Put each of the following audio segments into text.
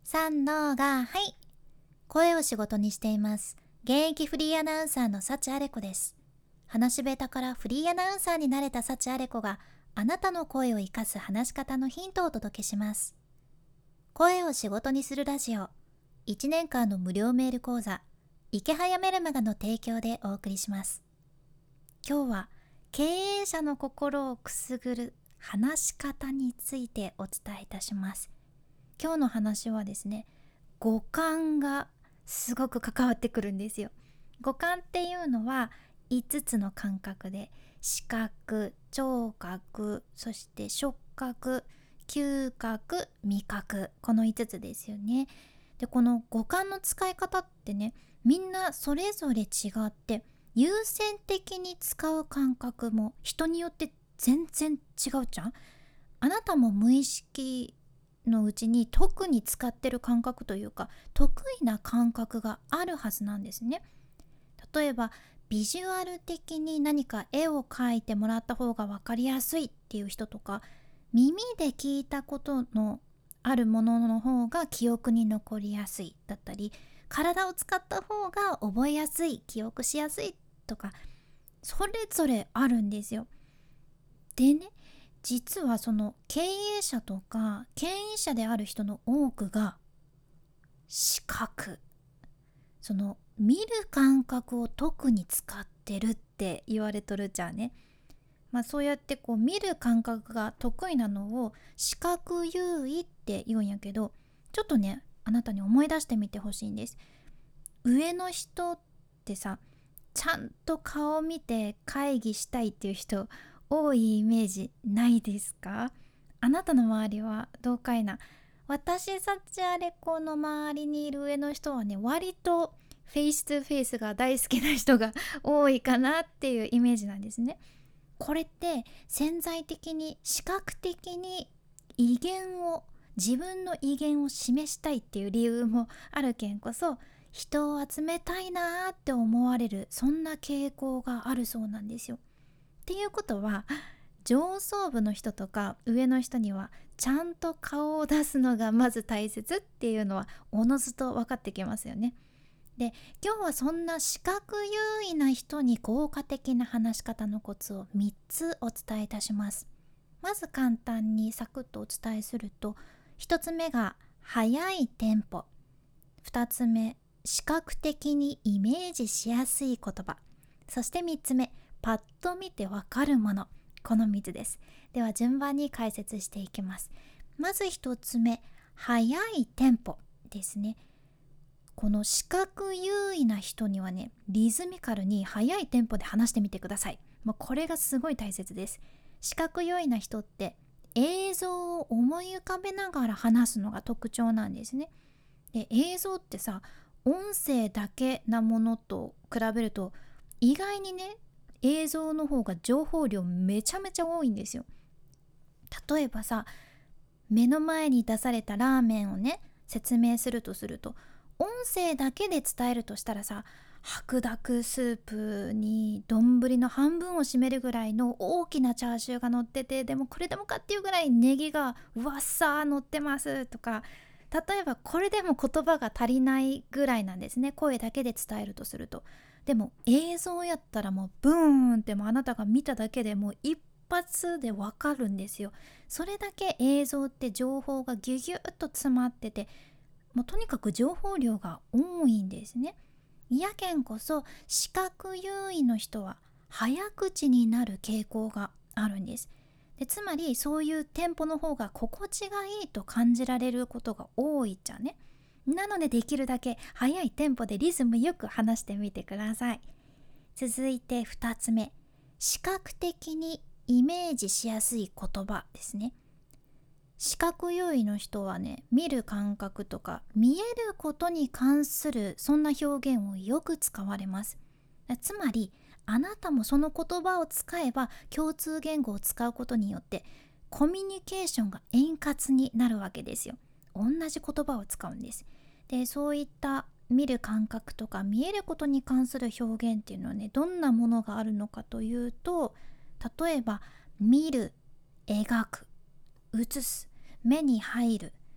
三のがはい。声を仕事にしています。現役フリーアナウンサーの幸あれ子です。話し下手からフリーアナウンサーになれた幸あれ子があなたの声を生かす話し方のヒントをお届けします。声を仕事にするラジオ1年間の無料メール講座池早メルマガの提供でお送りします。今日は経営者の心をくすぐる話し方についてお伝えいたします。今日の話はですね、五感がすごく関わってくるんですよ。五感っていうのは5つの感覚で、視覚、聴覚、そして触覚、嗅覚、味覚、この5つですよね。で、この五感の使い方ってね、みんなそれぞれ違って、優先的に使う感覚も人によって全然違うじゃん。あなたも無意識のうちに特に使ってる感覚というか得意な感覚があるはずなんですね。例えばビジュアル的に何か絵を描いてもらった方が分かりやすいっていう人とか、耳で聞いたことのあるものの方が記憶に残りやすいだったり、体を使った方が覚えやすい、記憶しやすいとか、それぞれあるんですよ。でね、実はその経営者とか牽引者である人の多くが視覚、その見る感覚を特に使ってるって言われとるじゃんね。そうやってこう見る感覚が得意なのを視覚優位って言うんやけど、ちょっとねあなたに思い出してみてほしいんです。上の人ってさ、ちゃんと顔見て会議したいっていう人多いイメージないですか？あなたの周りはどうかいな。私サチアレコの周りにいる上の人はね、割とフェイストゥフェイスが大好きな人が多いかなっていうイメージなんですね。これって潜在的に視覚的に威厳を自分の威厳を示したいっていう理由もあるけんこそ、人を集めたいなーって思われる、そんな傾向があるそうなんですよ。っていうことは、上層部の人とか上の人にはちゃんと顔を出すのがまず大切っていうのはおのずと分かってきますよね。で、今日はそんな視覚優位な人に効果的な話し方のコツを3つお伝えいたします。まず簡単にサクッとお伝えすると、1つ目が速いテンポ、2つ目視覚的にイメージしやすい言葉、そして3つ目パッと見てわかるもの。この3つです。では順番に解説していきます。まず1つ目、速いテンポですね。この視覚優位な人にはね、リズミカルに速いテンポで話してみてください。もうこれがすごい大切です。視覚優位な人って映像を思い浮かべながら話すのが特徴なんですね。で、映像ってさ、音声だけなものと比べると意外にね、映像の方が情報量めちゃめちゃ多いんですよ。例えばさ、目の前に出されたラーメンをね説明するとすると、音声だけで伝えるとしたらさ、白濁スープに丼の半分を占めるぐらいの大きなチャーシューが乗ってて、でもこれでもかっていうぐらいネギがわっさー乗ってますとか、例えばこれでも言葉が足りないぐらいなんですね、声だけで伝えるとすると。でも映像やったらもうブーンってもうあなたが見ただけでもう一発でわかるんですよ。それだけ映像って情報がギュギュッと詰まってて、もうとにかく情報量が多いんですね。やけんこそ視覚優位の人は早口になる傾向があるんです。で、つまりそういうテンポの方が心地がいいと感じられることが多いじゃんね。なのでできるだけ早いテンポでリズムよく話してみてください。続いて2つ目、視覚的にイメージしやすい言葉ですね。視覚優位の人はね、見る感覚とか見えることに関するそんな表現をよく使われます。つまりあなたもその言葉を使えば共通言語を使うことによってコミュニケーションが円滑になるわけですよ。同じ言葉を使うんです。で、そういった見る感覚とか見えることに関する表現っていうのはね、どんなものがあるのかというと、例えば見る、描く、映す、目に入ると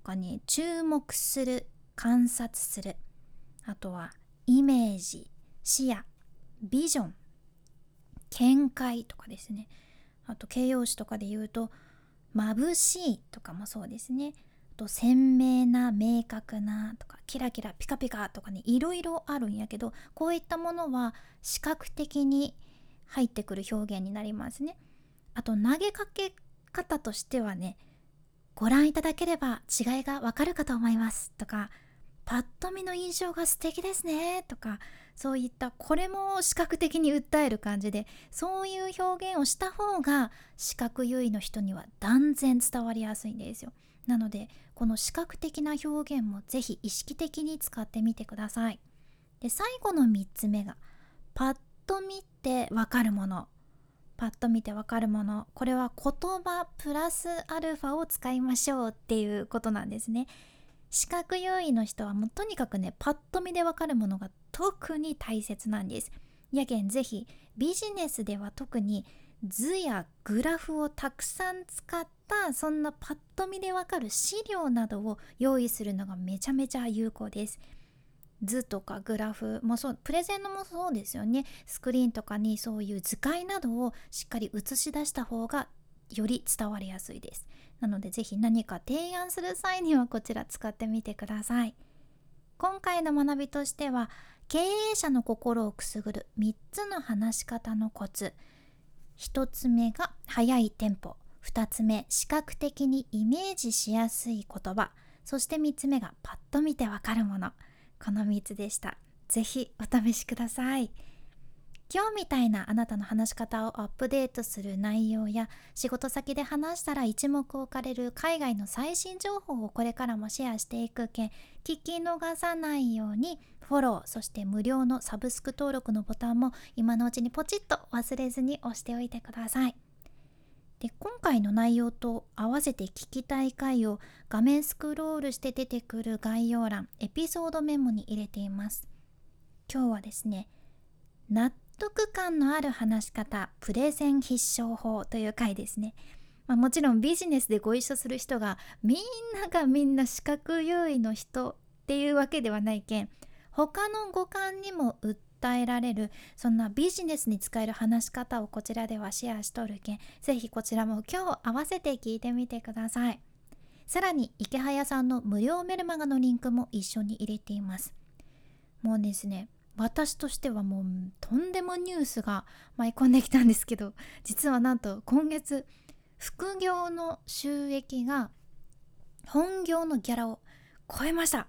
かに注目する、観察する、あとはイメージ、視野、ビジョン、見解とかですね。あと形容詞とかで言うと眩しいとかもそうですね。あと鮮明な、明確なとか、キラキラピカピカとかね、いろいろあるんやけど、こういったものは視覚的に入ってくる表現になりますね。あと投げかけ方としてはね、ご覧いただければ違いがわかるかと思いますとか、パッと見の印象が素敵ですねとか、そういったこれも視覚的に訴える感じで、そういう表現をした方が視覚優位の人には断然伝わりやすいんですよ。なのでこの視覚的な表現もぜひ意識的に使ってみてください。で、最後の3つ目がパッと見てわかるもの。パッと見てわかるもの、これは言葉プラスアルファを使いましょうっていうことなんですね。視覚優位の人はもうとにかくね、パッと見でわかるものが特に大切なんです。やけんぜひビジネスでは特に図やグラフをたくさん使ったそんなパッと見でわかる資料などを用意するのがめちゃめちゃ有効です。図とかグラフもそう、プレゼンのもそうですよね。スクリーンとかにそういう図解などをしっかり映し出した方がより伝わりやすいです。なのでぜひ何か提案する際にはこちら使ってみてください。今回の学びとしては、経営者の心をくすぐる3つの話し方のコツ。1つ目が速いテンポ、2つ目視覚的にイメージしやすい言葉、そして3つ目がパッと見てわかるもの。この3つでした。ぜひお試しください。今日みたいなあなたの話し方をアップデートする内容や、仕事先で話したら一目置かれる海外の最新情報をこれからもシェアしていくけん、聞き逃さないようにフォロー、そして無料のサブスク登録のボタンも今のうちにポチッと忘れずに押しておいてください。で、今回の内容と合わせて聞きたい回を画面スクロールして出てくる概要欄、エピソードメモに入れています。今日はですね、納得感のある話し方プレゼン必勝法という回ですね。もちろんビジネスでご一緒する人がみんな視覚優位の人っていうわけではないけん、他の五感にも訴えられる、そんなビジネスに使える話し方をこちらではシェアしとるけん、ぜひこちらも今日合わせて聞いてみてください。さらに池早さんの無料メルマガのリンクも一緒に入れています。もうですね、私としてはもうとんでもニュースが舞い込んできたんですけど、実はなんと今月副業の収益が本業のギャラを超えました。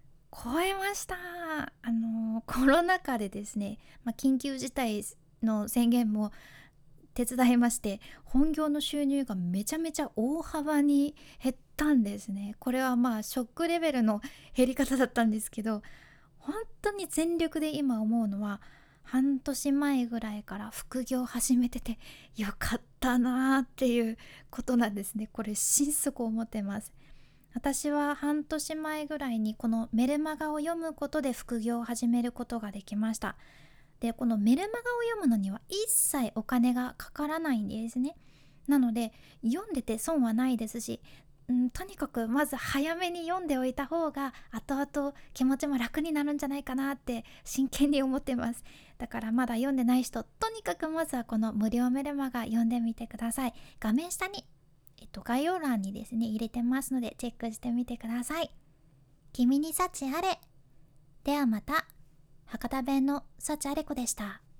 コロナ禍でですね、緊急事態の宣言も手伝いまして、本業の収入がめちゃめちゃ大幅に減ったんですね。これはショックレベルの減り方だったんですけど、本当に全力で今思うのは、半年前ぐらいから副業始めててよかったなーっていうことなんですね。これ心底思ってます。私は半年前ぐらいにこのメルマガを読むことで副業を始めることができました。で、このメルマガを読むのには一切お金がかからないんですね。なので読んでて損はないですし、とにかくまず早めに読んでおいた方が後々気持ちも楽になるんじゃないかなって真剣に思ってます。だからまだ読んでない人、とにかくまずはこの無料メルマガ読んでみてください。画面下に概要欄にですね入れてますのでチェックしてみてください。君に幸あれ。ではまた。博多弁の幸あれ子でした。